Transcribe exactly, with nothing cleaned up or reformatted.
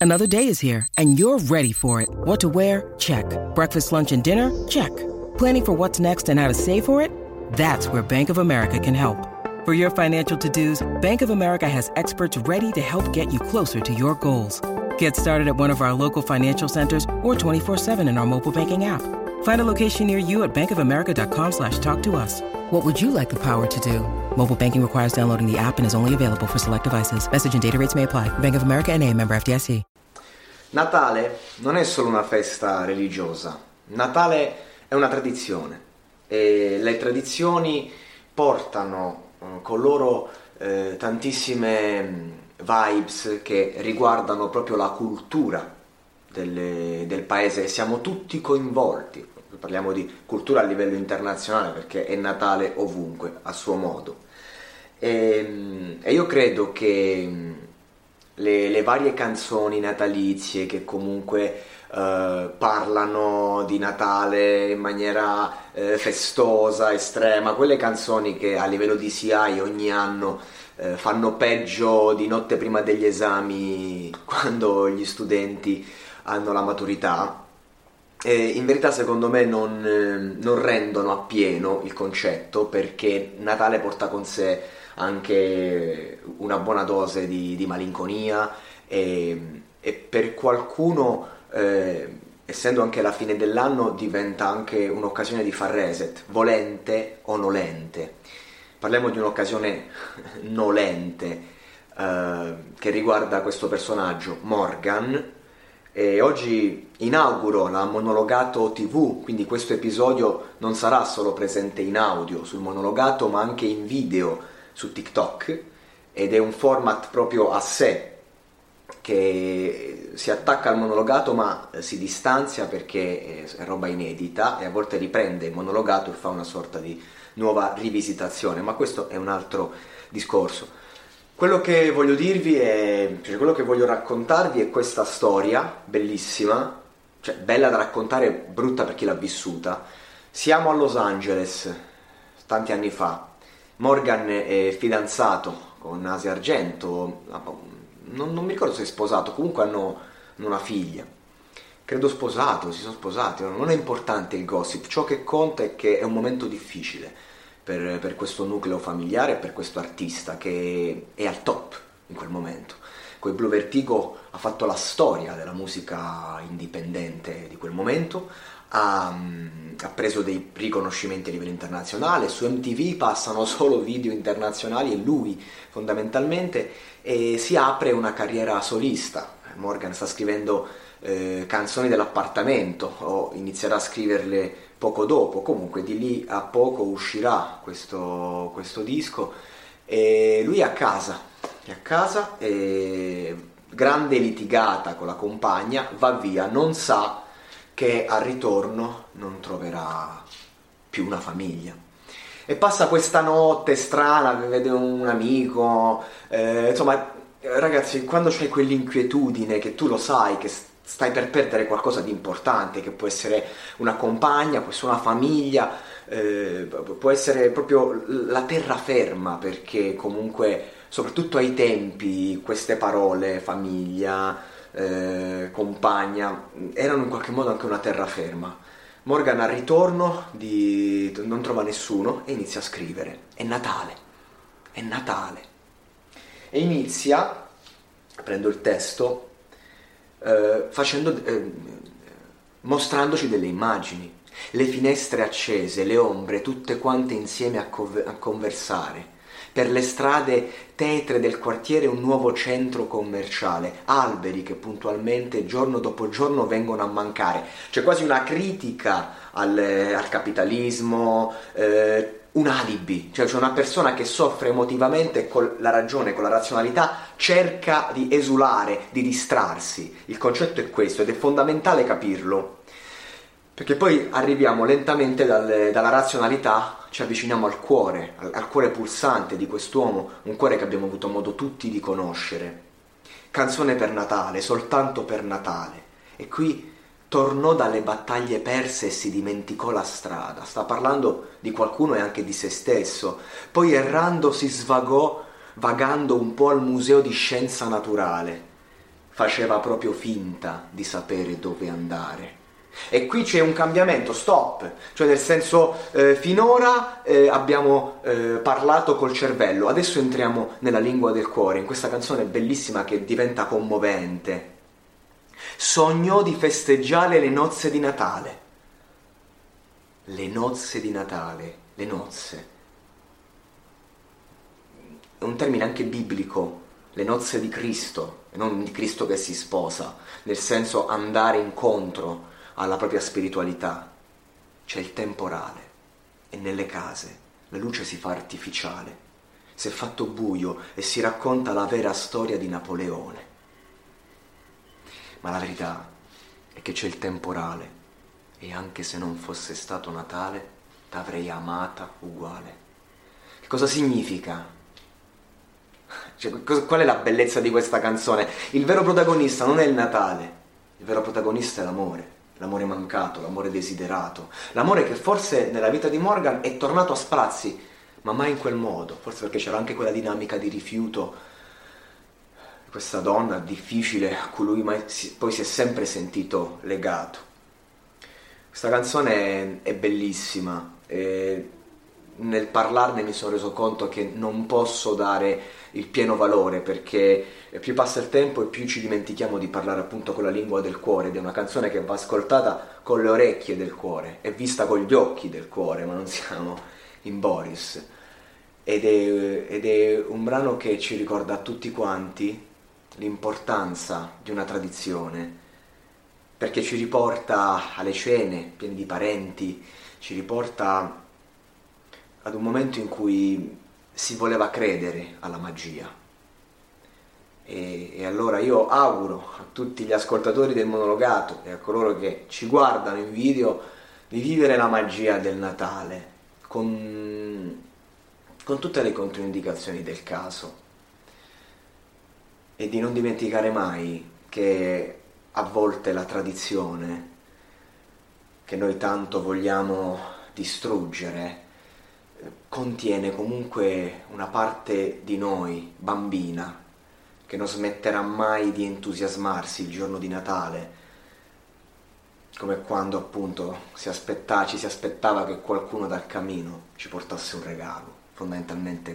Another day is here, and you're ready for it. What to wear? Check. Breakfast, lunch, and dinner? Check. Planning for what's next and how to save for it? That's where Bank of America can help. For your financial to-dos, Bank of America has experts ready to help get you closer to your goals. Get started at one of our local financial centers or twenty-four seven in our mobile banking app. Find a location near you at bankofamerica.com slash talk to us. What would you like the power to do? Mobile banking requires downloading the app and is only available for select devices. Message and data rates may apply. Bank of America N A, member F D I C. Natale non è solo una festa religiosa. Natale è una tradizione. E le tradizioni portano eh, con loro eh, tantissime vibes che riguardano proprio la cultura delle, del paese. Siamo tutti coinvolti. Parliamo di cultura a livello internazionale perché è Natale ovunque, a suo modo. E, e io credo che le, le varie canzoni natalizie che comunque eh, parlano di Natale in maniera eh, festosa, estrema, quelle canzoni che a livello di C I ogni anno eh, fanno peggio di notte prima degli esami quando gli studenti hanno la maturità, eh, in verità secondo me non, eh, non rendono appieno il concetto, perché Natale porta con sé anche una buona dose di, di malinconia e, e per qualcuno, eh, essendo anche la fine dell'anno, diventa anche un'occasione di far reset, volente o nolente. Parliamo di un'occasione nolente eh, che riguarda questo personaggio, Morgan, e oggi inauguro la Monologato ti vu, quindi questo episodio non sarà solo presente in audio sul Monologato ma anche in video su TikTok, ed è un format proprio a sé che si attacca al monologato ma si distanzia perché è roba inedita e a volte riprende il monologato e fa una sorta di nuova rivisitazione, ma questo è un altro discorso. Quello che voglio dirvi è, cioè quello che voglio raccontarvi è questa storia bellissima, cioè bella da raccontare, brutta per chi l'ha vissuta. Siamo a Los Angeles, tanti anni fa. Morgan è fidanzato con Asia Argento, non, non mi ricordo se è sposato, comunque hanno una figlia. Credo sposato, si sono sposati, non è importante il gossip, ciò che conta è che è un momento difficile per, per questo nucleo familiare e per questo artista che è al top in quel momento. Coi Blue Vertigo ha fatto la storia della musica indipendente di quel momento, ha, ha preso dei riconoscimenti a livello internazionale, su M T V passano solo video internazionali e lui fondamentalmente, e si apre una carriera solista. Morgan sta scrivendo eh, canzoni dell'appartamento, o inizierà a scriverle poco dopo, comunque di lì a poco uscirà questo, questo disco, e lui è a casa, è a casa, e grande litigata con la compagna, va via, non sa che al ritorno non troverà più una famiglia. E passa questa notte strana, vede un amico, eh, insomma, ragazzi, quando c'hai quell'inquietudine che tu lo sai che stai per perdere qualcosa di importante, che può essere una compagna, può essere una famiglia, eh, può essere proprio la terraferma, perché comunque, soprattutto ai tempi, queste parole, famiglia, eh, compagna, erano in qualche modo anche una terraferma. Morgan al ritorno di... non trova nessuno e inizia a scrivere. È Natale, è Natale. E inizia, prendo il testo, eh, facendo, eh, mostrandoci delle immagini, le finestre accese, le ombre, tutte quante insieme a, co- a conversare. Per le strade tetre del quartiere un nuovo centro commerciale, alberi che puntualmente giorno dopo giorno vengono a mancare. C'è quasi una critica al, al capitalismo, eh, un alibi, cioè c'è una persona che soffre emotivamente e con la ragione, con la razionalità cerca di esulare, di distrarsi. Il concetto è questo ed è fondamentale capirlo, perché poi arriviamo lentamente dal, dalla razionalità, ci avviciniamo al cuore, al, al cuore pulsante di quest'uomo, un cuore che abbiamo avuto modo tutti di conoscere. Canzone per Natale, soltanto per Natale. E qui tornò dalle battaglie perse e si dimenticò la strada. Sta parlando di qualcuno e anche di se stesso. Poi errando si svagò, vagando un po' al museo di scienza naturale. faceva proprio finta di sapere dove andare. E qui c'è un cambiamento, stop, cioè nel senso eh, finora eh, abbiamo eh, parlato col cervello, adesso entriamo nella lingua del cuore, in questa canzone bellissima che diventa commovente. Sognò di festeggiare le nozze di Natale. Le nozze di Natale, le nozze. È un termine anche biblico, le nozze di Cristo, e non di Cristo che si sposa, nel senso andare incontro alla propria spiritualità. C'è il temporale e nelle case la luce si fa artificiale, si è fatto buio e si racconta la vera storia di Napoleone. Ma la verità è che c'è il temporale e anche se non fosse stato Natale t'avrei amata uguale. Che cosa significa? Cioè, qual è la bellezza di questa canzone? Il vero protagonista non è il Natale, il vero protagonista è l'amore. L'amore mancato, l'amore desiderato, l'amore che forse nella vita di Morgan è tornato a sprazzi, ma mai in quel modo, forse perché c'era anche quella dinamica di rifiuto, questa donna difficile a cui lui mai, poi si è sempre sentito legato. Questa canzone è bellissima e nel parlarne mi sono reso conto che non posso dare il pieno valore, perché più passa il tempo e più ci dimentichiamo di parlare appunto con la lingua del cuore, ed è una canzone che va ascoltata con le orecchie del cuore e vista con gli occhi del cuore, ma non siamo in Boris, ed è, ed è un brano che ci ricorda a tutti quanti l'importanza di una tradizione, perché ci riporta alle cene piene di parenti, ci riporta ad un momento in cui si voleva credere alla magia. E, e allora io auguro a tutti gli ascoltatori del monologato e a coloro che ci guardano in video di vivere la magia del Natale con, con tutte le controindicazioni del caso, e di non dimenticare mai che a volte la tradizione che noi tanto vogliamo distruggere contiene comunque una parte di noi, bambina, che non smetterà mai di entusiasmarsi il giorno di Natale, come quando appunto si aspetta, ci si aspettava che qualcuno dal camino ci portasse un regalo, fondamentalmente